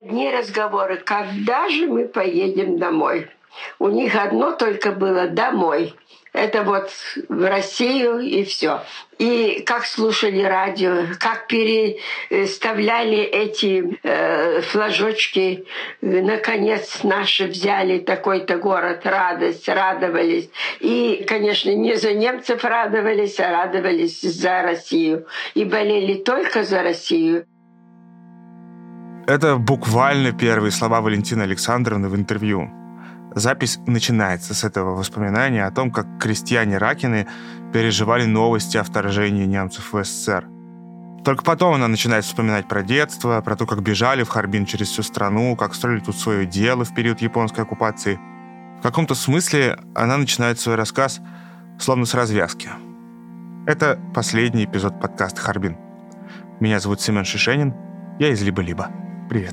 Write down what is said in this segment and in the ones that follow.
Одни разговоры, когда же мы поедем домой. У них одно только было «домой». Это вот в Россию и все. И как слушали радио, как переставляли эти флажочки. Наконец наши взяли такой-то город, радовались. И, конечно, не за немцев радовались, а радовались за Россию. И болели только за Россию. Это буквально первые слова Валентины Александровны в интервью. Запись начинается с этого воспоминания о том, как крестьяне Ракины переживали новости о вторжении немцев в СССР. Только потом она начинает вспоминать про детство, про то, как бежали в Харбин через всю страну, как строили тут свое дело в период японской оккупации. В каком-то смысле она начинает свой рассказ словно с развязки. Это последний эпизод подкаста «Харбин». Меня зовут Семен Шишенин, я из «Либо-либо». Привет.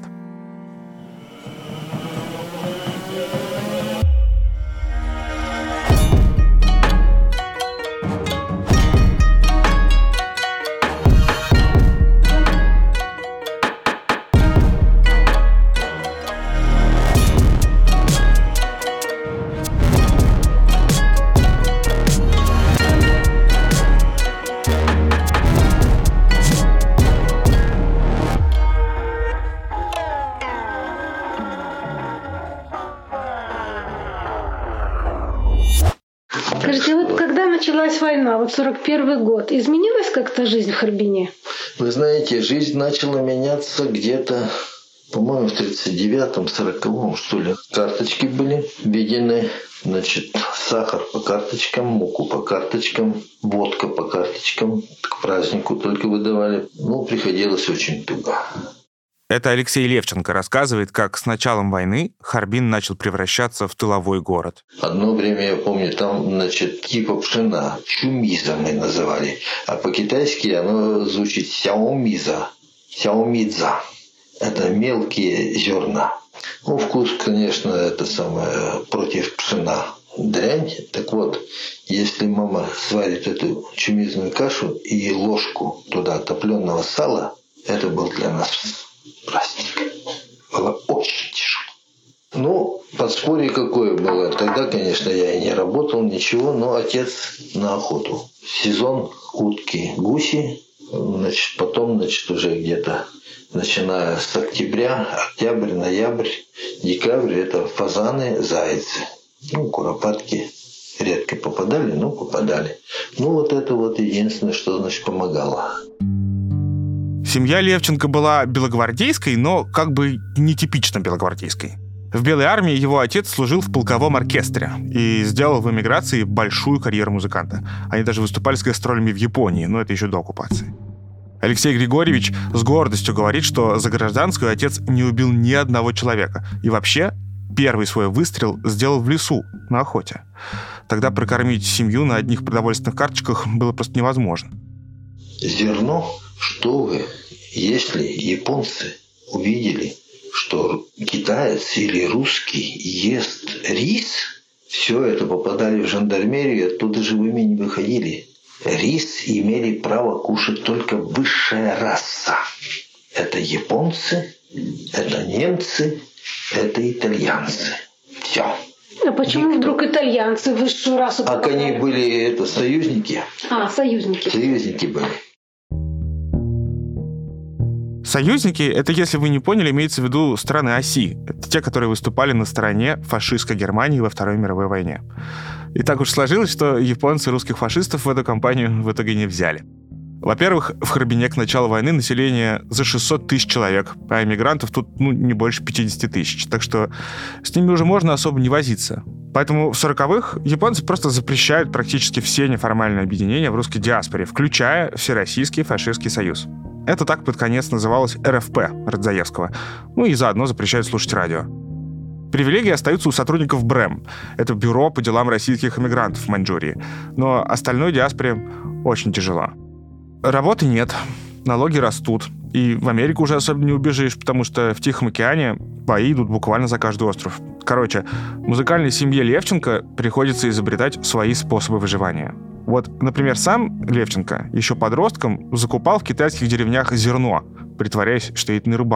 Скажите, вот когда началась война, вот 41 год, изменилась как-то жизнь в Харбине? Вы знаете, жизнь начала меняться где-то, по-моему, в 39-м, 40-м, что ли. Карточки были введены, значит, сахар по карточкам, муку по карточкам, водка по карточкам. К празднику только выдавали. Ну, приходилось очень туго. Это Алексей Левченко рассказывает, как с началом войны Харбин начал превращаться в тыловой город. Одно время, я помню, там, значит, типа пшена, чумиза мы называли. А по-китайски оно звучит сяомиза, сяомидза. Это мелкие зерна. Ну, вкус, конечно, это самое против пшена. Дрянь. Так вот, если мама сварит эту чумизную кашу и ложку туда топленого сала, это был для нас праздник. Было очень тяжело. Ну, подспорье какое было. Тогда, конечно, я и не работал, ничего, но отец на охоту. Сезон утки, гуси. Значит, потом, значит, уже где-то начиная с октября, октябрь, ноябрь, декабрь, это фазаны, зайцы. Ну, куропатки редко попадали, но попадали. Ну, вот это вот единственное, что, значит, помогало. Семья Левченко была белогвардейской, но как бы нетипично белогвардейской. В Белой армии его отец служил в полковом оркестре и сделал в эмиграции большую карьеру музыканта. Они даже выступали с гастролями в Японии, но это еще до оккупации. Алексей Григорьевич с гордостью говорит, что за гражданскую отец не убил ни одного человека. И вообще, первый свой выстрел сделал в лесу, на охоте. Тогда прокормить семью на одних продовольственных карточках было просто невозможно. Зерно, что вы, если японцы увидели, что китаец или русский ест рис, все это попадали в жандармерию и оттуда живыми не выходили. Рис имели право кушать только высшая раса. Это японцы, это немцы, это итальянцы. Все. А почему вдруг итальянцы высшую расу попадали? А они были союзники. Союзники. Союзники были. Союзники — это, если вы не поняли, имеется в виду страны оси. Это те, которые выступали на стороне фашистской Германии во Второй мировой войне. И так уж сложилось, что японцы русских фашистов в эту кампанию в итоге не взяли. Во-первых, в Харбине к началу войны население за 600 тысяч человек, а эмигрантов тут не больше 50 тысяч. Так что с ними уже можно особо не возиться. Поэтому в 40-х японцы просто запрещают практически все неформальные объединения в русской диаспоре, включая Всероссийский фашистский союз. Это так под конец называлось РФП Радзаевского. И заодно запрещают слушать радио. Привилегии остаются у сотрудников БРЭМ. Это бюро по делам российских эмигрантов в Маньчжурии. Но остальной диаспоре очень тяжело. Работы нет, налоги растут. И в Америку уже особо не убежишь, потому что в Тихом океане бои идут буквально за каждый остров. Короче, музыкальной семье Левченко приходится изобретать свои способы выживания. Вот, например, сам Левченко еще подростком закупал в китайских деревнях зерно, притворяясь, что едет на рыбалку.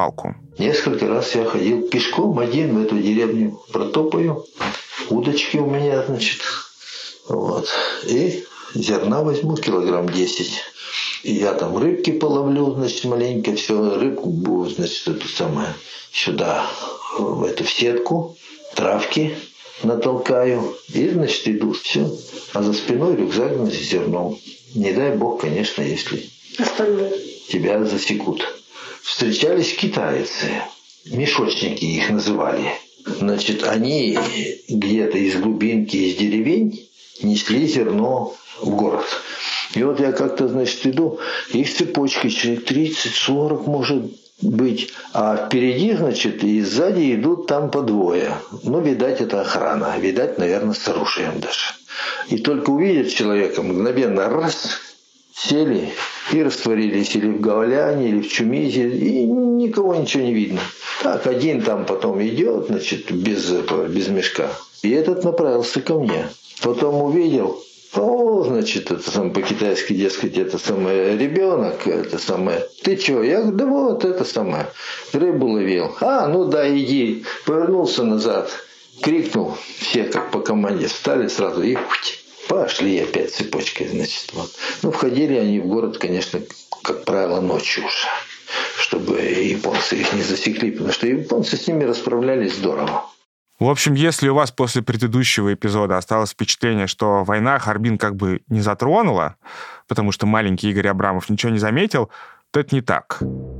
Несколько раз я ходил пешком один в эту деревню, протопаю. Удочки у меня, значит. Вот. И зерна возьму килограмм 10. И я там рыбки половлю, значит, маленько. Все, рыбку буду, значит, эту самую сюда, в эту сетку, травки натолкаю. И, значит, иду. Все. А за спиной рюкзак с зерном. Не дай бог, конечно, если тебя засекут. Встречались китайцы. Мешочники их называли. Значит, они где-то из глубинки, из деревень несли зерно в город. И вот я как-то, значит, иду, их цепочкой человек 30-40 может быть. А впереди, значит, и сзади идут там по двое. Ну, видать, это охрана. Видать, наверное, с оружием даже. И только увидят человека, мгновенно раз, сели и растворились или в Говляне, или в Чумизе, и никого ничего не видно. Так, один там потом идет, значит, без мешка. И этот направился ко мне. Потом увидел, значит, это самое по-китайски, дескать, это самое ребенок, это самое. Ты чё? Я говорю, да вот это самое. Рыбу ловил. Ну да, иди. Повернулся назад, крикнул, все как по команде встали сразу и пошли опять цепочкой, значит, вот. Ну, входили они в город, конечно, как правило, ночью уже, чтобы японцы их не засекли, потому что японцы с ними расправлялись здорово. В общем, если у вас после предыдущего эпизода осталось впечатление, что война Харбин как бы не затронула, потому что маленький Игорь Абрамов ничего не заметил, то это не так.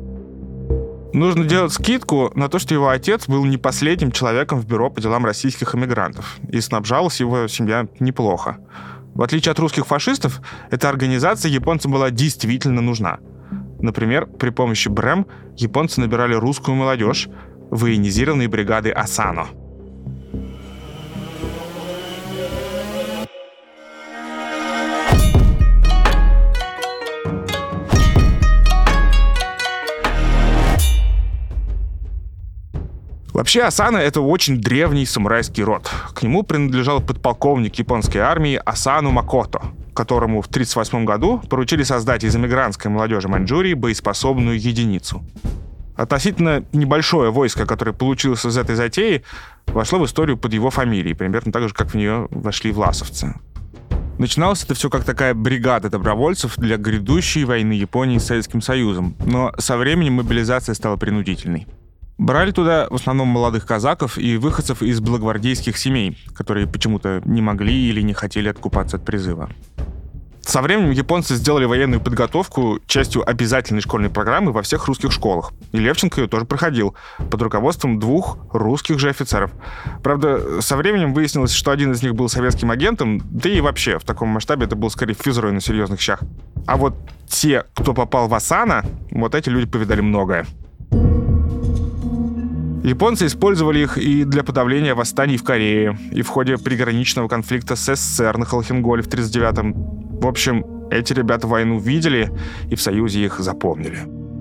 Нужно делать скидку на то, что его отец был не последним человеком в бюро по делам российских эмигрантов, и снабжалась его семья неплохо. В отличие от русских фашистов, эта организация японцам была действительно нужна. Например, при помощи БРЭМ японцы набирали русскую молодежь, военизированные бригады Асано. Вообще, Асано — это очень древний самурайский род. К нему принадлежал подполковник японской армии Асану Макото, которому в 1938 году поручили создать из эмигрантской молодежи Маньчжурии боеспособную единицу. Относительно небольшое войско, которое получилось из этой затеи, вошло в историю под его фамилией, примерно так же, как в нее вошли власовцы. Начиналось это все как такая бригада добровольцев для грядущей войны Японии с Советским Союзом, но со временем мобилизация стала принудительной. Брали туда в основном молодых казаков и выходцев из белогвардейских семей, которые почему-то не могли или не хотели откупаться от призыва. Со временем японцы сделали военную подготовку частью обязательной школьной программы во всех русских школах. И Левченко ее тоже проходил, под руководством 2 русских же офицеров. Правда, со временем выяснилось, что один из них был советским агентом, да и вообще в таком масштабе это был скорее физрой на серьезных щах. А вот те, кто попал в Асано, вот эти люди повидали многое. Японцы использовали их и для подавления восстаний в Корее, и в ходе приграничного конфликта с СССР на Холхенголе в 1939-м. В общем, эти ребята войну видели и в Союзе их запомнили.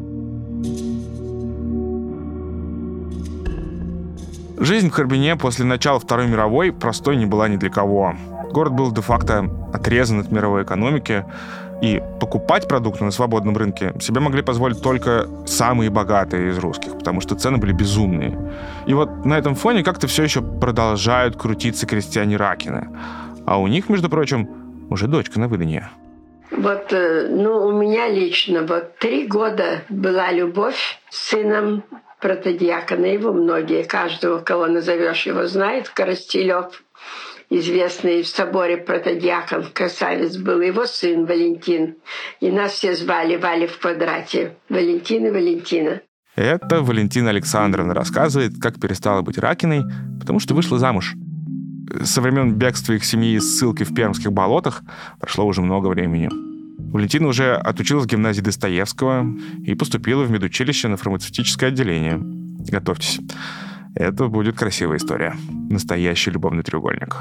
Жизнь в Харбине после начала Второй мировой простой не была ни для кого. Город был де-факто отрезан от мировой экономики, и покупать продукты на свободном рынке себе могли позволить только самые богатые из русских, потому что цены были безумные. И вот на этом фоне как-то все еще продолжают крутиться крестьяне Ракины. А у них, между прочим, уже дочка на выданье. Вот, у меня лично 3 года была любовь с сыном протодиакона. Его многие, каждого, кого назовешь, его знает, Коростелев. Известный в соборе протодиакон, красавец был, его сын Валентин. И нас все звали Валя в квадрате. Валентин и Валентина. Это Валентина Александровна рассказывает, как перестала быть Ракиной, потому что вышла замуж. Со времен бегства их семьи из ссылки в Пермских болотах прошло уже много времени. Валентина уже отучилась в гимназии Достоевского и поступила в медучилище на фармацевтическое отделение. Готовьтесь. Это будет красивая история. Настоящий любовный треугольник.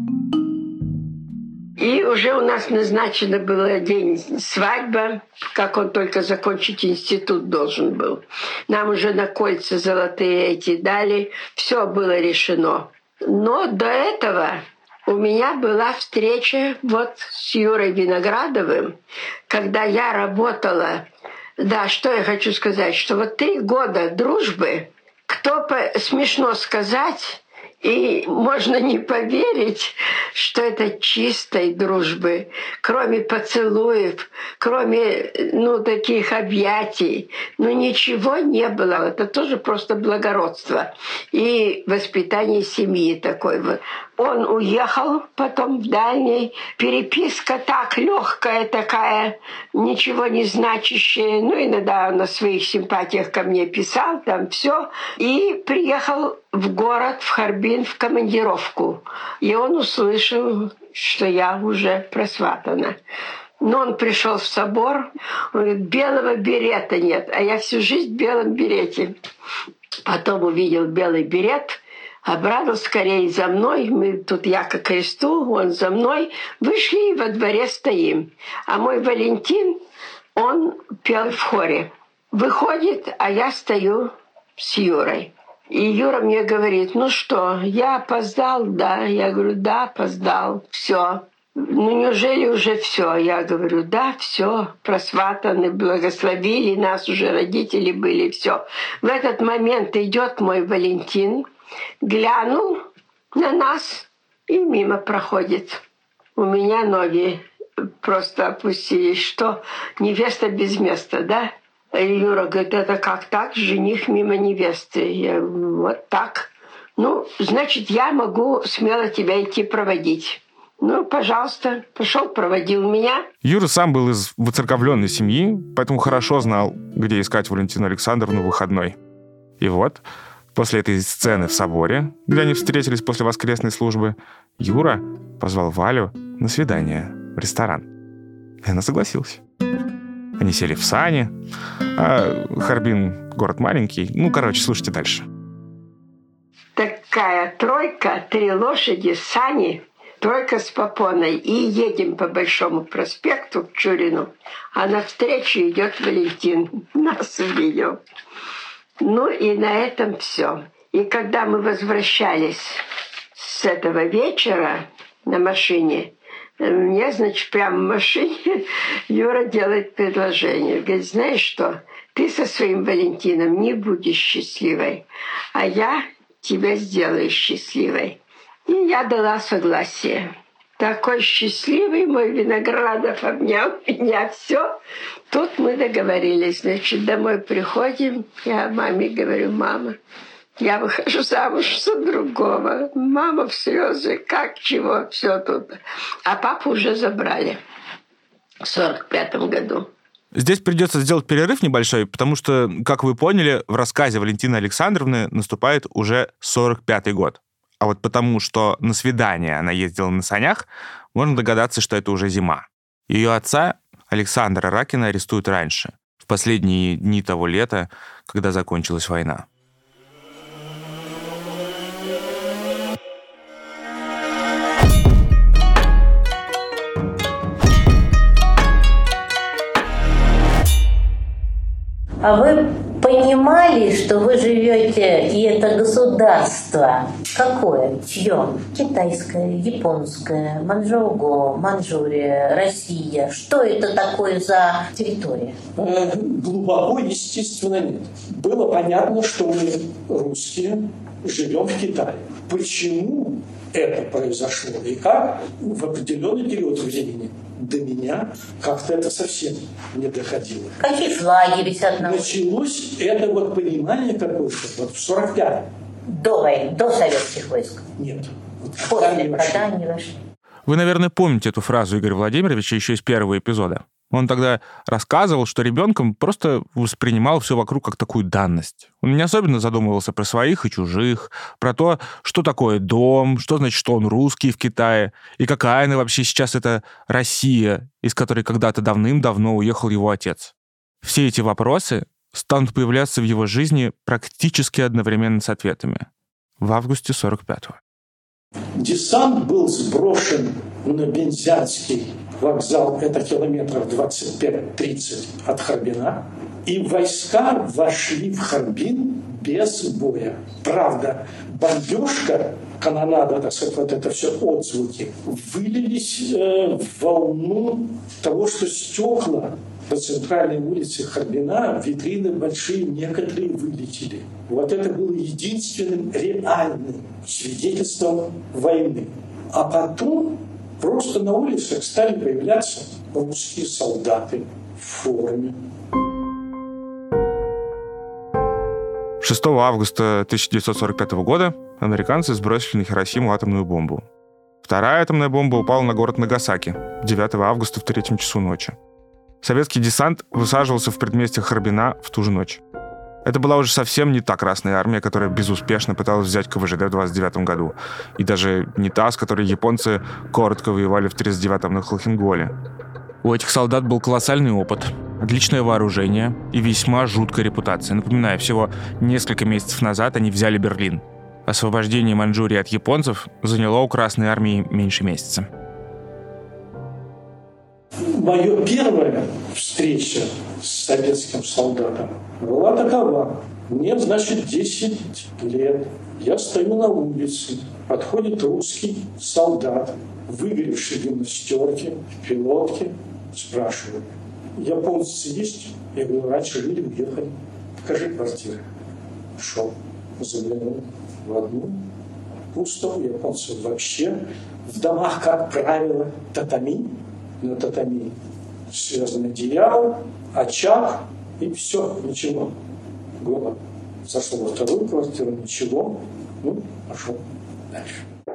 И уже у нас назначено было день свадьба, как он только закончить институт должен был. Нам уже на кольца золотые эти дали. Все было решено. Но до этого у меня была встреча с Юрой Виноградовым, когда я работала Да, что я хочу сказать, что вот 3 года дружбы, смешно сказать, и можно не поверить, что это чистой дружбы, кроме поцелуев, кроме, таких объятий, ничего не было. Это тоже просто благородство и воспитание семьи такой вот. Он уехал потом в дальний. Переписка так легкая такая, ничего не значащая. Иногда он на своих симпатиях ко мне писал, там все. И приехал в город, в Харбин, в командировку. И он услышал, что я уже просватана. Но он пришел в собор, он говорит, белого берета нет, а я всю жизнь в белом берете. Потом увидел белый берет, обрадовался скорее за мной. Мы тут я ко кресту, он за мной. Вышли и во дворе стоим. А мой Валентин, он пел в хоре. Выходит, а я стою с Юрой. И Юра мне говорит, что, я опоздал, да? Я говорю, да, опоздал, все. Неужели уже все? Я говорю, да, все, просватаны, благословили нас, уже родители были, все. В этот момент идет мой Валентин, глянул на нас и мимо проходит. У меня ноги просто опустились, что невеста без места, да? И Юра говорит, это как так, жених мимо невесты? Я говорю, вот так. Значит, я могу смело тебя идти проводить. Пожалуйста, пошел, проводил меня. Юра сам был из воцерковленной семьи, поэтому хорошо знал, где искать Валентину Александровну в выходной. И вот, после этой сцены в соборе, где они встретились после воскресной службы, Юра позвал Валю на свидание в ресторан. И она согласилась. Они сели в сани, а Харбин — город маленький. Слушайте дальше. Такая тройка, 3 лошади, сани, тройка с попоной. И едем по Большому проспекту к Чурину. А навстречу идет Валентин. Нас увидел. И на этом все. И когда мы возвращались с этого вечера на машине, мне, прямо в машине Юра делает предложение. Говорит, знаешь что, ты со своим Валентином не будешь счастливой, а я тебя сделаю счастливой. И я дала согласие. Такой счастливый мой Виноградов обнял меня, все. Тут мы договорились, домой приходим, я маме говорю, мама, я выхожу замуж за другого. Мама в слезы, как, чего, все тут. А папу уже забрали в 45-м году. Здесь придется сделать перерыв небольшой, потому что, как вы поняли, в рассказе Валентины Александровны наступает уже 45-й год. А вот потому, что на свидание она ездила на санях, можно догадаться, что это уже зима. Ее отца, Александра Ракина, арестуют раньше, в последние дни того лета, когда закончилась война. А вы понимали, что вы живете, и это государство какое? Чье? Китайское, японское, Манчжоу-Го, Манчжурия, Россия. Что это такое за территория? Глубоко, естественно, нет. Было понятно, что мы, русские, живем в Китае. Почему это произошло и как в определенный период времени до меня как-то это совсем не доходило. Какие флаги висят на... Началось это понимание какое-то в 45-м. До войны, до советских войск? Нет. После, когда они вошли. Вы, наверное, помните эту фразу Игоря Владимировича еще из первого эпизода. Он тогда рассказывал, что ребенком просто воспринимал все вокруг как такую данность. Он не особенно задумывался про своих и чужих, про то, что такое дом, что значит, что он русский в Китае, и какая она вообще сейчас эта Россия, из которой когда-то давным-давно уехал его отец. Все эти вопросы станут появляться в его жизни практически одновременно с ответами. В августе 45-го. Десант был сброшен на Бензянский вокзал, это километров 25-30 от Харбина, и войска вошли в Харбин без боя. Правда, бомбежка, канонада, так сказать, вот это все отзвуки, вылились в волну того, что стекла по центральной улице Харбина, витрины большие, некоторые вылетели. Вот это было единственным реальным свидетельством войны. А потом просто на улицах стали появляться русские солдаты в форме. 6 августа 1945 года американцы сбросили на Хиросиму атомную бомбу. Вторая атомная бомба упала на город Нагасаки 9 августа в 3 часу ночи. Советский десант высаживался в предместьях Харбина в ту же ночь. Это была уже совсем не та Красная Армия, которая безуспешно пыталась взять КВЖД в 1929 году, и даже не та, с которой японцы коротко воевали в 1939 на Хлахинголе. У этих солдат был колоссальный опыт, отличное вооружение и весьма жуткая репутация. Напоминаю, всего несколько месяцев назад они взяли Берлин. Освобождение Маньчжурии от японцев заняло у Красной Армии меньше месяца. Моя первая встреча с советским солдатом была такова. Мне, значит, 10 лет. Я стою на улице. Подходит русский солдат, выгоревший в гимнастерке, в пилотке. Спрашивает: японцы есть? Я говорю: раньше жили, уехали. Покажи квартиру. Шел, заглянул в одну. Пусто. У японцев вообще в домах, как правило, татами. На татами связано одеяло, очаг и все, ничего. Голод. Зашел во вторую квартиру, ничего. Ну, пошел дальше.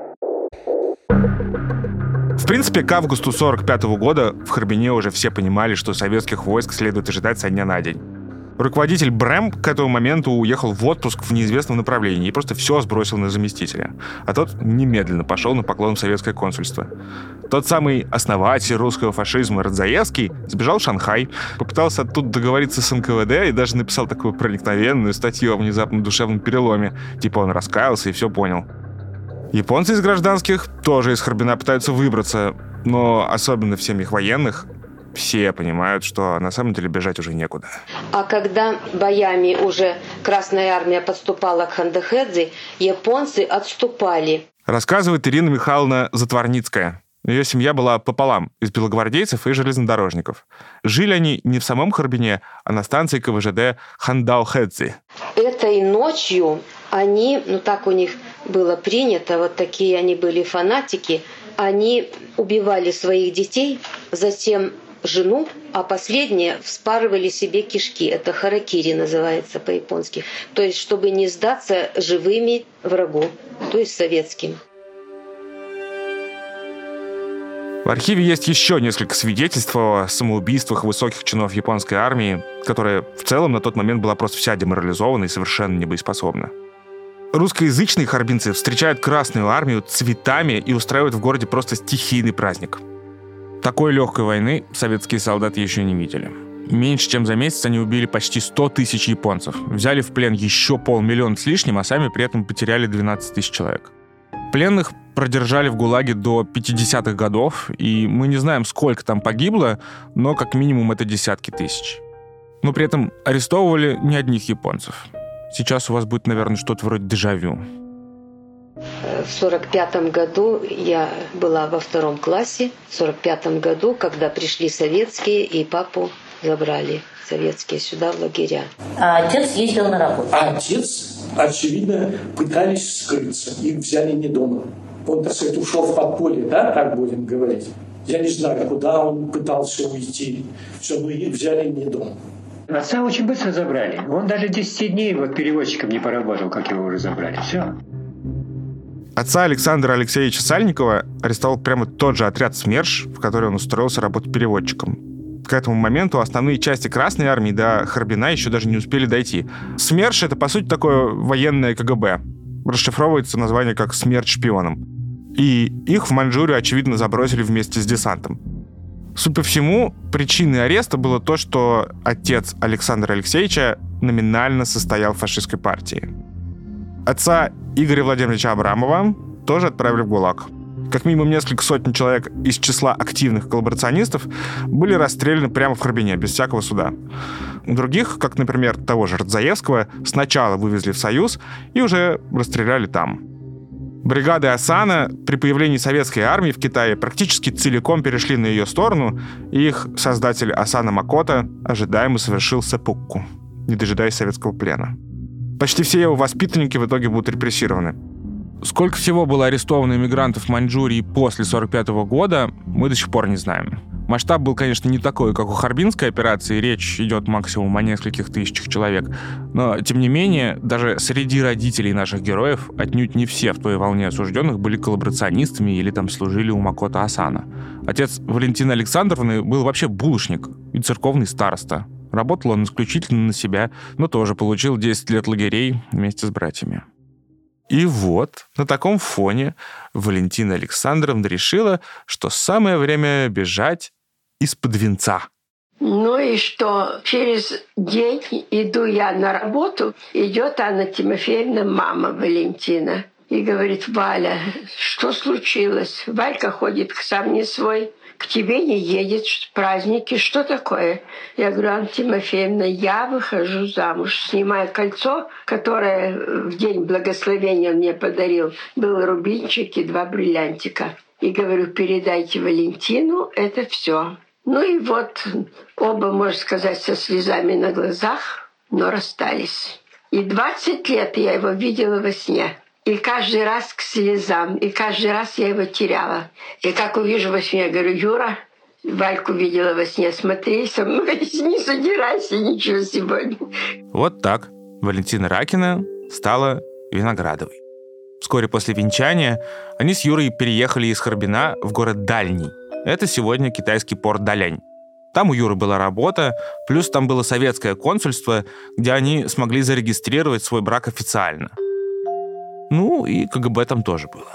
В принципе, к августу 1945 года в Харбине уже все понимали, что советских войск следует ожидать со дня на день. Руководитель БРЭМ к этому моменту уехал в отпуск в неизвестном направлении и просто все сбросил на заместителя. А тот немедленно пошел на поклон в советское консульство. Тот самый основатель русского фашизма Радзаевский сбежал в Шанхай, попытался оттуда договориться с НКВД и даже написал такую проникновенную статью о внезапном душевном переломе. Типа он раскаялся и все понял. Японцы из гражданских тоже из Харбина пытаются выбраться, но особенно в семьях военных все понимают, что на самом деле бежать уже некуда. А когда боями уже Красная Армия подступала к Хандэхэдзи, японцы отступали. Рассказывает Ирина Михайловна Затворницкая. Ее семья была пополам, из белогвардейцев и железнодорожников. Жили они не в самом Харбине, а на станции КВЖД Хандаохэдзи. Этой ночью они, так у них было принято, вот такие они были фанатики, они убивали своих детей, затем жену, а последние вспарывали себе кишки. Это харакири называется по-японски. То есть, чтобы не сдаться живыми врагу, то есть советским. В архиве есть еще несколько свидетельств о самоубийствах высоких чинов японской армии, которая в целом на тот момент была просто вся деморализована и совершенно небоеспособна. Русскоязычные харбинцы встречают Красную армию цветами и устраивают в городе просто стихийный праздник. Такой легкой войны советские солдаты еще не видели. Меньше чем за месяц они убили почти 100 тысяч японцев, взяли в плен еще 500 000 с лишним, а сами при этом потеряли 12 тысяч человек. Пленных продержали в ГУЛАГе до 50-х годов, и мы не знаем, сколько там погибло, но как минимум это десятки тысяч. Но при этом арестовывали не одних японцев. Сейчас у вас будет, наверное, что-то вроде дежавю. В 1945 году я была во 2 классе. В 1945 году, когда пришли советские, и папу забрали советские сюда, в лагеря. А отец ездил на работу? А отец, очевидно, пытались скрыться. Их взяли не дома. Он, так сказать, ушел в подполье, да, так будем говорить. Я не знаю, куда он пытался уйти. Все, но их взяли не дома. Отца очень быстро забрали. Он даже 10 дней переводчиком не поработал, как его уже забрали. Все. Отца Александра Алексеевича Сальникова арестовал прямо тот же отряд СМЕРШ, в который он устроился работать переводчиком. К этому моменту основные части Красной армии до Харбина еще даже не успели дойти. СМЕРШ — это, по сути, такое военное КГБ. Расшифровывается название как «Смерть шпионам». И их в Маньчжурию, очевидно, забросили вместе с десантом. Судя по всему, причиной ареста было то, что отец Александра Алексеевича номинально состоял в фашистской партии. Отца Игоря Владимировича Абрамова тоже отправили в ГУЛАГ. Как минимум несколько сотен человек из числа активных коллаборационистов были расстреляны прямо в Харбине, без всякого суда. Других, как, например, того же Радзаевского, сначала вывезли в Союз и уже расстреляли там. Бригады Асана при появлении советской армии в Китае практически целиком перешли на ее сторону, и их создатель Асана Макото ожидаемо совершил сэппуку, не дожидаясь советского плена. Почти все его воспитанники в итоге будут репрессированы. Сколько всего было арестовано иммигрантов в Маньчжурии после 1945 года, мы до сих пор не знаем. Масштаб был, конечно, не такой, как у Харбинской операции, речь идет максимум о нескольких тысячах человек. Но, тем не менее, даже среди родителей наших героев отнюдь не все в той волне осужденных были коллаборационистами или там служили у Макото Асана. Отец Валентины Александровны был вообще булочник и церковный староста. Работал он исключительно на себя, но тоже получил 10 лет лагерей вместе с братьями. И вот на таком фоне Валентина Александровна решила, что самое время бежать из-под венца. Ну и что, через день иду я на работу, идет Анна Тимофеевна, мама Валентина, и говорит: Валя, что случилось? Валька ходит сам не свой, к тебе не едет, праздники, что такое? Я говорю: Анна Тимофеевна, я выхожу замуж, снимаю кольцо, которое в день благословения он мне подарил, был рубинчик и 2 бриллиантика. И говорю: передайте Валентину, это все. Ну и вот оба, можно сказать, со слезами на глазах, но расстались. И 20 лет я его видела во сне. И каждый раз к слезам, и каждый раз я его теряла. И как увижу во сне, я говорю: Юра, Вальку видела во сне, смотри, со мной не задирайся, ничего сегодня. Вот так Валентина Ракина стала Виноградовой. Вскоре после венчания они с Юрой переехали из Харбина в город Дальний. Это сегодня китайский порт Далянь. Там у Юры была работа, плюс там было советское консульство, где они смогли зарегистрировать свой брак официально. Ну, и КГБ там тоже было.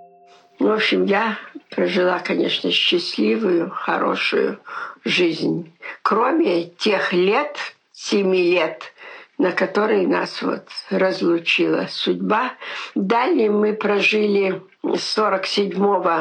В общем, я прожила, конечно, счастливую, хорошую жизнь. Кроме тех лет, 7 лет, на которые нас вот разлучила судьба. Далее мы прожили с 47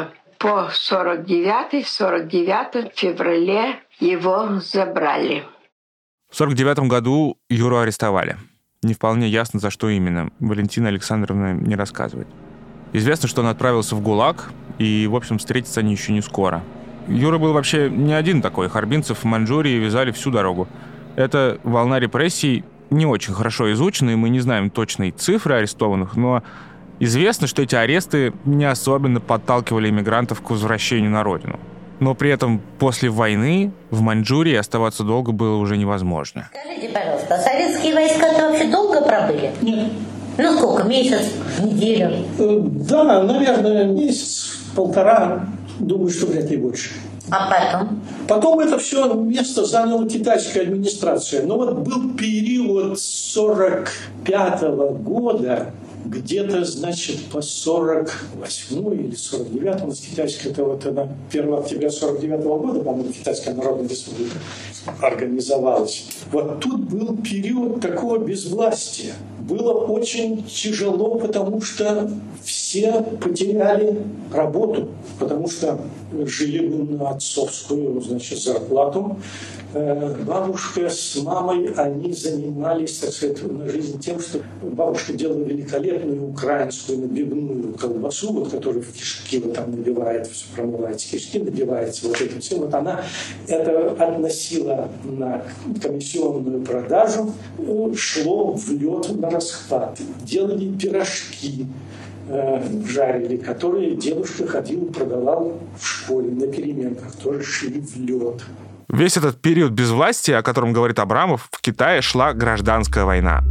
по 49, в 49 феврале его забрали. В 49 году Юру арестовали. Не вполне ясно, за что именно. Валентина Александровна не рассказывает. Известно, что он отправился в ГУЛАГ, и, в общем, встретятся они еще не скоро. Юра был вообще не один такой. Харбинцев в Маньчжурии вязали всю дорогу. Эта волна репрессий не очень хорошо изучена, и мы не знаем точной цифры арестованных, но известно, что эти аресты не особенно подталкивали иммигрантов к возвращению на родину. Но при этом после войны в Маньчжурии оставаться долго было уже невозможно. Скажите, пожалуйста, а советские войска-то вообще долго пробыли? Нет. Ну сколько? Месяц? Неделю? Да, наверное, месяц-полтора. Думаю, что вряд ли больше. А потом? Потом это все место заняла китайская администрация. Но вот был период 45-го года, где-то, значит, по 48 или 49 с китайской, это вот она 1 октября 49-го года, по-моему, Китайская Народная Республика организовалась. Вот тут был период такого безвластия. Было очень тяжело, потому что все потеряли работу, потому что жили мы на отцовскую, значит, зарплату. Бабушка с мамой, они занимались, так сказать, на жизнь тем, что бабушка делала великолепную украинскую набивную колбасу, вот, которую в кишки вот там набивает, все промывается, кишки набивается вот этим всем. Вот она это относила на комиссионную продажу, шло в лед на расхват. Делали пирожки, жарили, которые дедушка ходил, продавал в школе на переменках, тоже шли в лед. Весь этот период безвластия, о котором говорит Абрамов, в Китае шла гражданская война.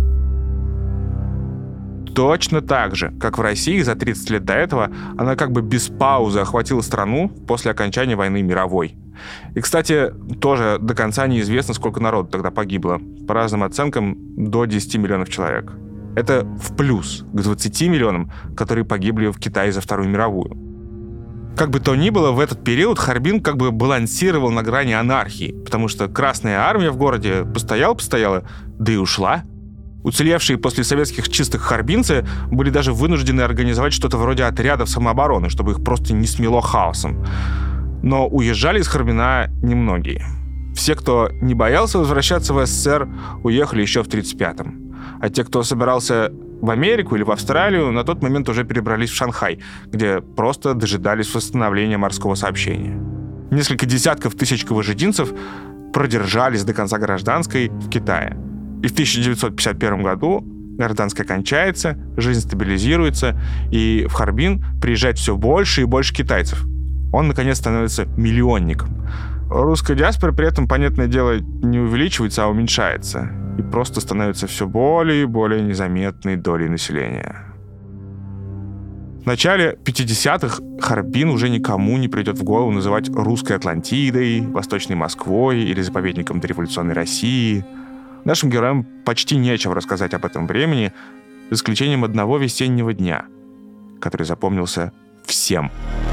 Точно так же, как в России за 30 лет до этого, она как бы без паузы охватила страну после окончания войны мировой. И, кстати, тоже до конца неизвестно, сколько народу тогда погибло. По разным оценкам, до 10 миллионов человек. Это в плюс к 20 миллионам, которые погибли в Китае за Вторую мировую. Как бы то ни было, в этот период Харбин как бы балансировал на грани анархии, потому что Красная армия в городе постояла, да и ушла. Уцелевшие после советских чистых харбинцы были даже вынуждены организовать что-то вроде отрядов самообороны, чтобы их просто не смело хаосом. Но уезжали из Харбина немногие. Все, кто не боялся возвращаться в СССР, уехали еще в 1935-м. А те, кто собирался в Америку или в Австралию, на тот момент уже перебрались в Шанхай, где просто дожидались восстановления морского сообщения. Несколько десятков тысяч кважидинцев продержались до конца гражданской в Китае. И в 1951 году гражданская кончается, жизнь стабилизируется, и в Харбин приезжает все больше и больше китайцев. Он, наконец, становится миллионником. Русская диаспора при этом, понятное дело, не увеличивается, а уменьшается. И просто становится все более и более незаметной долей населения. В начале 50-х Харбин уже никому не придет в голову называть русской Атлантидой, Восточной Москвой или заповедником дореволюционной России. Нашим героям почти нечего рассказать об этом времени, за исключением одного весеннего дня, который запомнился всем.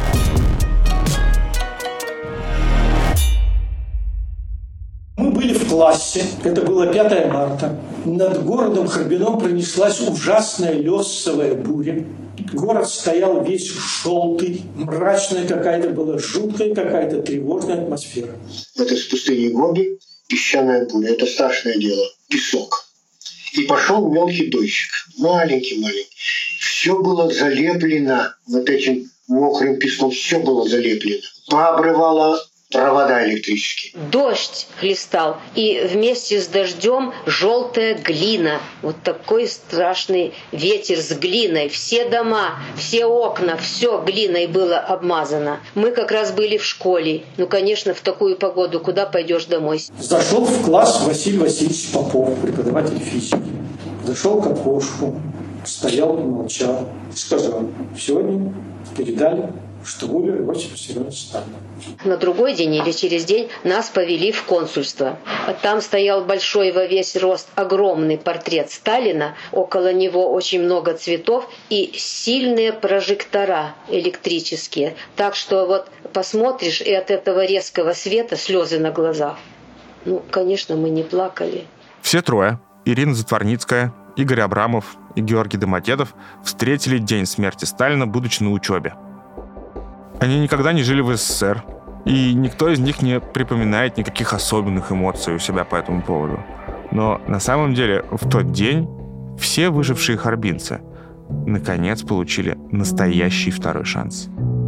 Мы были в классе, это было 5 марта. Над городом Харбином пронеслась ужасная лёсовая буря. Город стоял весь желтый, мрачная какая-то была, жуткая какая-то тревожная атмосфера. Это с пустыни Гоби, песчаная буря, это страшное дело, песок. И пошел мелкий дождик, маленький-маленький. Все было залеплено вот этим мокрым песком, все было залеплено. Пообрывало провода электрические. Дождь хлестал, и вместе с дождем желтая глина. Вот такой страшный ветер с глиной. Все дома, все окна, все глиной было обмазано. Мы как раз были в школе. Ну, конечно, в такую погоду куда пойдешь домой? Зашел в класс Василий Васильевич Попов, преподаватель физики. Зашел к окошку, стоял и молчал. Сказал: сегодня передали, что умер Иосиф Виссарионович Сталин. На другой день или через день нас повели в консульство. Там стоял большой во весь рост огромный портрет Сталина. Около него очень много цветов и сильные прожектора электрические. Так что вот посмотришь, и от этого резкого света слезы на глазах. Ну, конечно, мы не плакали. Все трое, Ирина Затворницкая, Игорь Абрамов и Георгий Домодедов, встретили день смерти Сталина, будучи на учебе. Они никогда не жили в СССР, и никто из них не припоминает никаких особенных эмоций у себя по этому поводу. Но на самом деле в тот день все выжившие харбинцы наконец получили настоящий второй шанс.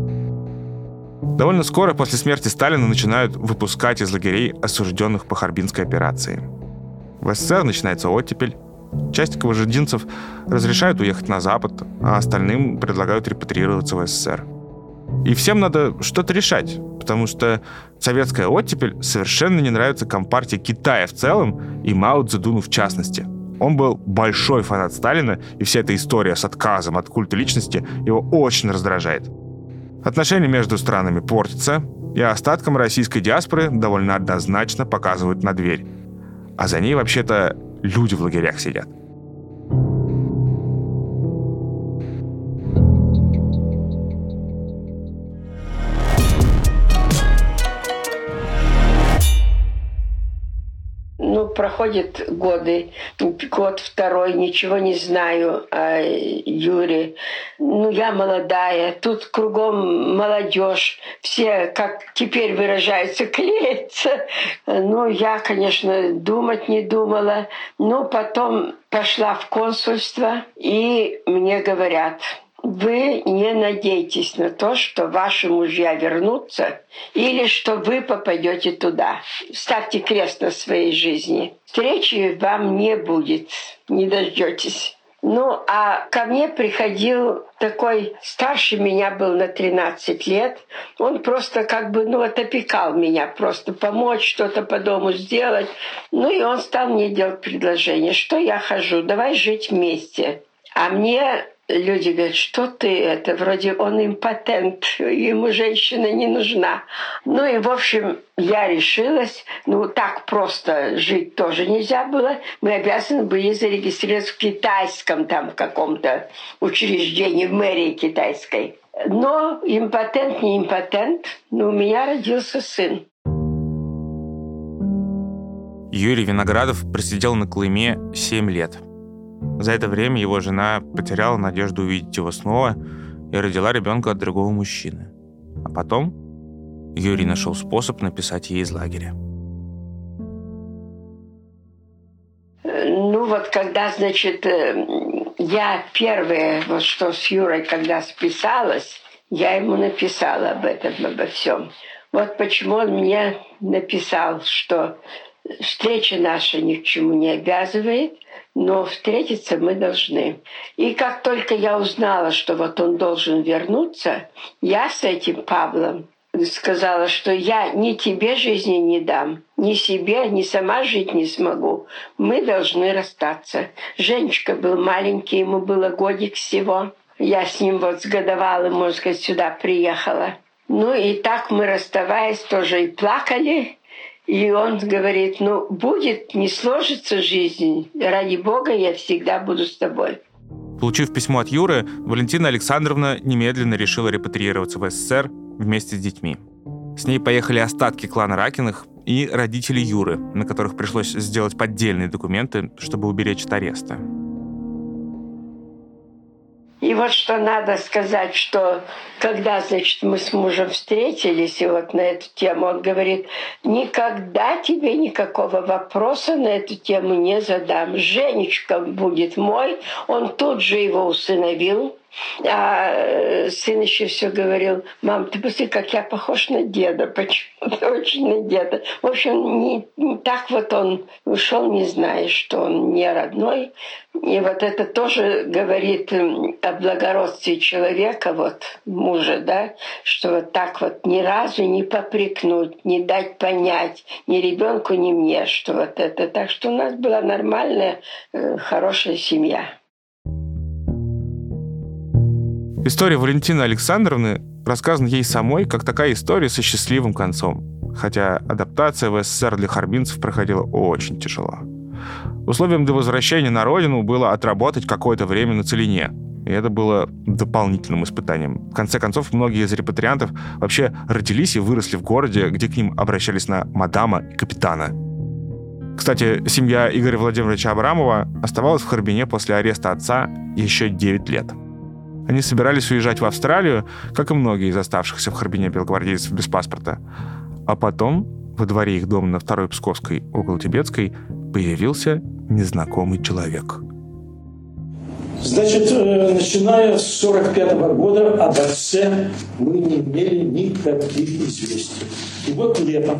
Довольно скоро после смерти Сталина начинают выпускать из лагерей осужденных по Харбинской операции. В СССР начинается оттепель. Часть кважидинцев разрешают уехать на Запад, а остальным предлагают репатриироваться в СССР. И всем надо что-то решать, потому что советская оттепель совершенно не нравится Компартии Китая в целом и Мао Цзэдуну в частности. Он был большой фанат Сталина, и вся эта история с отказом от культа личности его очень раздражает. Отношения между странами портятся, и остаткам российской диаспоры довольно однозначно показывают на дверь. А за ней вообще-то люди в лагерях сидят. Ну, проходят годы, год второй, ничего не знаю о Юре. Ну, я молодая, тут кругом молодежь, все, как теперь выражаются, клеятся. Ну, я, конечно, думать не думала. Но потом пошла в консульство, и мне говорят: вы не надейтесь на то, что ваши мужья вернутся или что вы попадете туда. Ставьте крест на своей жизни. Встречи вам не будет, не дождетесь. Ну, а ко мне приходил такой, старше меня был на 13 лет. Он просто как бы, опекал меня, просто помочь, что-то по дому сделать. Ну, и он стал мне делать предложение, что я хожу, давай жить вместе. А мне люди говорят: что ты вроде он импотент, ему женщина не нужна. Ну и, в общем, я решилась. Так просто жить тоже нельзя было. Мы обязаны были зарегистрироваться в китайском там каком-то учреждении, в мэрии китайской. Но импотент, не импотент, но у меня родился сын. Юрий Виноградов просидел на Колыме 7 лет. За это время его жена потеряла надежду увидеть его снова и родила ребенка от другого мужчины. А потом Юрий нашел способ написать ей из лагеря. Ну вот когда, значит, я первое, вот что с Юрой, когда списалась, я ему написала об этом, обо всем. Вот почему он мне написал, что встреча наша ни к чему не обязывает, но встретиться мы должны. И как только я узнала, что вот он должен вернуться, я с этим Павлом сказала, что я ни тебе жизни не дам, ни себе, ни сама жить не смогу. Мы должны расстаться. Женечка был маленький, ему было годик всего. Я с ним вот с годовалым, можно сказать, сюда приехала. Ну и так мы, расставаясь, тоже и плакали. И он говорит, ну будет, не сложится жизнь. Ради Бога, я всегда буду с тобой. Получив письмо от Юры, Валентина Александровна немедленно решила репатриироваться в СССР вместе с детьми. С ней поехали остатки клана Ракиных и родители Юры, на которых пришлось сделать поддельные документы, чтобы уберечь от ареста. И вот что надо сказать, что когда, значит, мы с мужем встретились, и вот на эту тему, он говорит, никогда тебе никакого вопроса на эту тему не задам. Женечка будет мой. Он тут же его усыновил. А сын еще все говорил, мам, ты посмотри, как я похож на деда, почему-то очень на деда. В общем, не так вот он ушел, не зная, что он не родной. И вот это тоже говорит о благородстве человека, вот мужа, да, что вот так вот ни разу не попрекнуть, не дать понять ни ребенку, ни мне, что вот это. Так что у нас была нормальная, хорошая семья. История Валентины Александровны рассказана ей самой как такая история со счастливым концом, хотя адаптация в СССР для харбинцев проходила очень тяжело. Условием для возвращения на родину было отработать какое-то время на целине, и это было дополнительным испытанием. В конце концов, многие из репатриантов вообще родились и выросли в городе, где к ним обращались на мадама и капитана. Кстати, семья Игоря Владимировича Абрамова оставалась в Харбине после ареста отца еще 9 лет. Они собирались уезжать в Австралию, как и многие из оставшихся в Харбине белогвардейцев без паспорта. А потом во дворе их дома на 2-й Псковской, около Тибетской, появился незнакомый человек. Значит, начиная с 1945 года об отце мы не имели никаких известий. И вот летом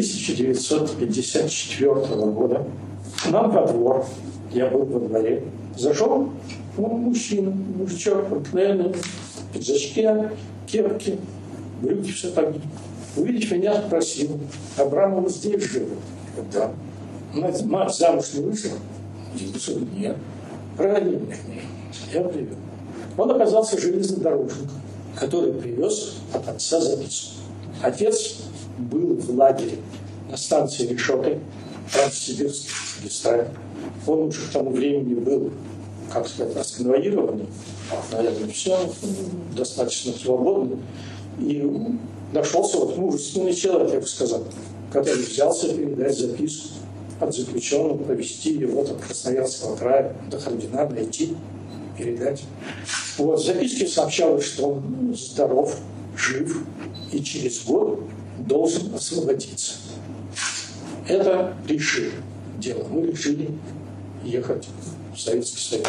1954 года к нам во двор, я был во дворе, зашел мужчина, мужичок, обыкновенный, в пиджачке, кепке, брюки, все так. Увидев меня, спросил, Абрамова здесь живет? Да. Мать замуж не вышла? Нет. Проводи меня к ней. Я привел. Он оказался железнодорожником, который привез от отца записку. Отец был в лагере на станции Решеты, Транссибирский магистраль. Он уже к тому времени был, как сказать, расконвоированный, наверное, все достаточно свободный. И нашелся вот мужественный человек, я бы сказал, который взялся передать записку от заключенного, провести его от Красноярского края до Харбина, найти, передать. Вот, в записке сообщалось, что он здоров, жив и через год должен освободиться. Это решили дело. Мы решили ехать в Советский Союз.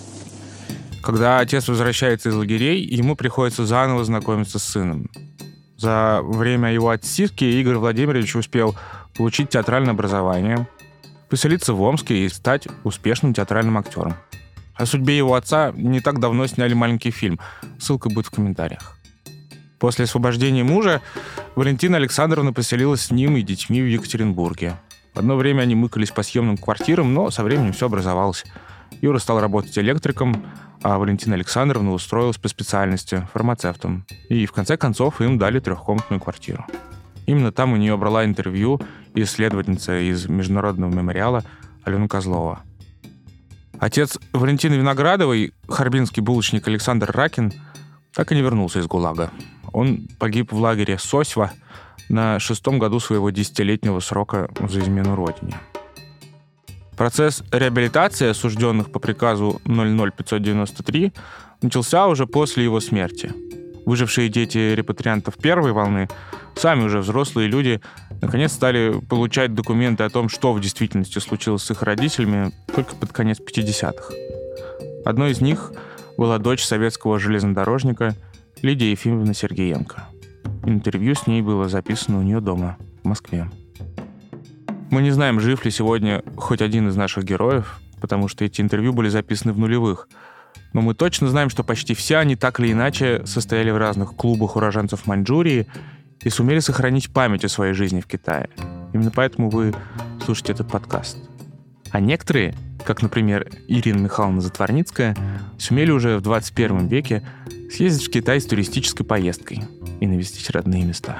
Когда отец возвращается из лагерей, ему приходится заново знакомиться с сыном. За время его отсидки Игорь Владимирович успел получить театральное образование, поселиться в Омске и стать успешным театральным актером. О судьбе его отца не так давно сняли маленький фильм. Ссылка будет в комментариях. После освобождения мужа Валентина Александровна поселилась с ним и детьми в Екатеринбурге. В одно время они мыкались по съемным квартирам, но со временем все образовалось. Юра стал работать электриком, а Валентина Александровна устроилась по специальности фармацевтом. И в конце концов им дали 3-комнатную квартиру. Именно там у нее брала интервью исследовательница из Международного мемориала Алена Козлова. Отец Валентины Виноградовой, харбинский булочник Александр Ракин, так и не вернулся из ГУЛАГа. Он погиб в лагере Сосьва на 6-м году своего 10-летнего срока за измену родине. Процесс реабилитации осужденных по приказу 00593 начался уже после его смерти. Выжившие дети репатриантов первой волны, сами уже взрослые люди, наконец стали получать документы о том, что в действительности случилось с их родителями, только под конец 50-х. Одной из них была дочь советского железнодорожника Лидия Ефимовна Сергеенко. Интервью с ней было записано у нее дома, в Москве. Мы не знаем, жив ли сегодня хоть один из наших героев, потому что эти интервью были записаны в нулевых. Но мы точно знаем, что почти все они так или иначе состояли в разных клубах уроженцев Маньчжурии и сумели сохранить память о своей жизни в Китае. Именно поэтому вы слушаете этот подкаст. А некоторые, как, например, Ирина Михайловна Затворницкая, сумели уже в 21 веке съездить в Китай с туристической поездкой и навестить родные места.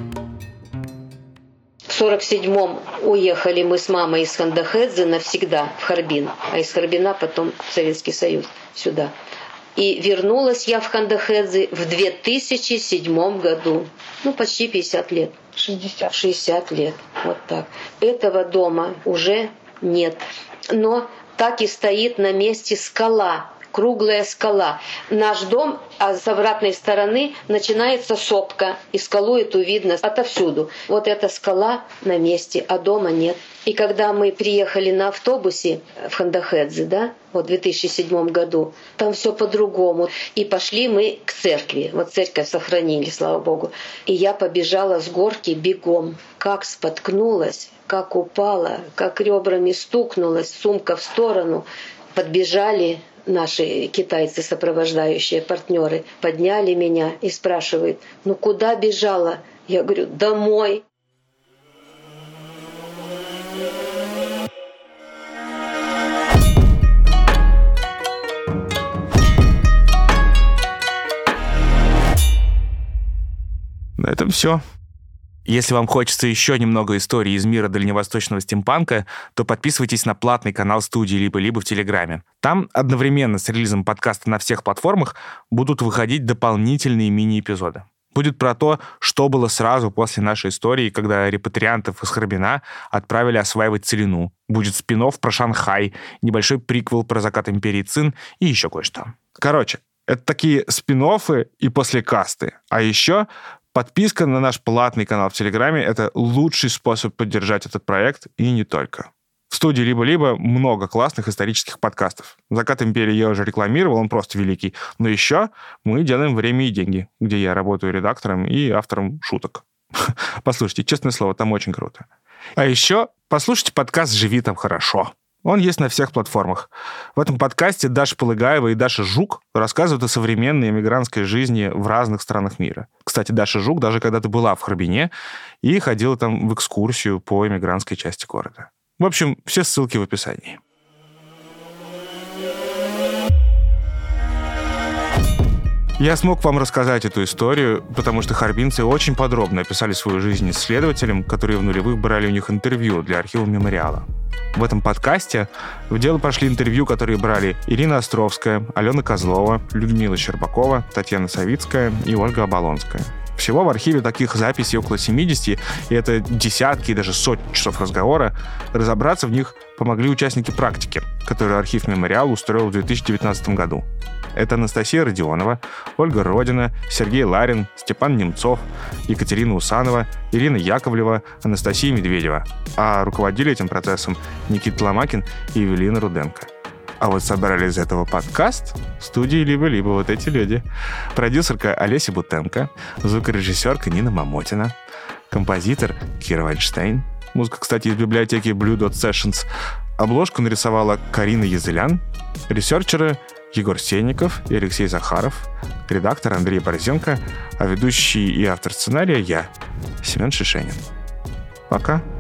В 1947-м уехали мы с мамой из Хандахэдзе навсегда в Харбин, а из Харбина потом в Советский Союз сюда. И вернулась я в Хандахэдзе в 2007 году. Почти 50 лет. 60 лет. Вот так. Этого дома уже нет. Но так и стоит на месте скала. Круглая скала. Наш дом, а с обратной стороны начинается сопка. И скалу эту видно отовсюду. Вот эта скала на месте, а дома нет. И когда мы приехали на автобусе в Хандахэдзе, в 2007 году, там все по-другому. И пошли мы к церкви. Вот церковь сохранили, слава Богу. И я побежала с горки бегом. Как споткнулась, как упала, как ребрами стукнулась, сумка в сторону. Подбежали наши китайцы, сопровождающие партнеры, подняли меня и спрашивают: куда бежала? Я говорю: домой. На этом все. Если вам хочется еще немного историй из мира дальневосточного стимпанка, то подписывайтесь на платный канал студии «Либо-либо» в Телеграме. Там одновременно с релизом подкаста на всех платформах будут выходить дополнительные мини-эпизоды. Будет про то, что было сразу после нашей истории, когда репатриантов из Харбина отправили осваивать целину. Будет спин-офф про Шанхай, небольшой приквел про закат империи Цин и еще кое-что. Короче, это такие спин-оффы и послекасты. А еще подписка на наш платный канал в Телеграме — это лучший способ поддержать этот проект, и не только. В студии «Либо-либо» много классных исторических подкастов. «Закат империи» я уже рекламировал, он просто великий. Но еще мы делаем «Время и деньги», где я работаю редактором и автором шуток. Послушайте, честное слово, там очень круто. А еще послушайте подкаст «Живи там хорошо». Он есть на всех платформах. В этом подкасте Даша Полыгаева и Даша Жук рассказывают о современной эмигрантской жизни в разных странах мира. Кстати, Даша Жук даже когда-то была в Харбине и ходила там в экскурсию по эмигрантской части города. В общем, все ссылки в описании. Я смог вам рассказать эту историю, потому что харбинцы очень подробно описали свою жизнь исследователям, которые в нулевых брали у них интервью для архива мемориала. В этом подкасте в дело пошли интервью, которые брали Ирина Островская, Алена Козлова, Людмила Щербакова, Татьяна Савицкая и Ольга Оболонская. Всего в архиве таких записей около 70, и это десятки и даже сотни часов разговора. Разобраться в них помогли участники практики, которую архив «Мемориал» устроил в 2019 году. Это Анастасия Родионова, Ольга Родина, Сергей Ларин, Степан Немцов, Екатерина Усанова, Ирина Яковлева, Анастасия Медведева. А руководили этим процессом Никита Ломакин и Евелина Руденко. А вот собрали из этого подкаст в студии «Либо-либо» вот эти люди. Продюсерка Олеся Бутенко, звукорежиссерка Нина Мамотина, композитор Кира Вайнштейн. Музыка, кстати, из библиотеки Blue Dot Sessions. Обложку нарисовала Карина Езылян. Ресерчеры Егор Сенников и Алексей Захаров. Редактор Андрей Борзенко. А ведущий и автор сценария я, Семен Шишенин. Пока.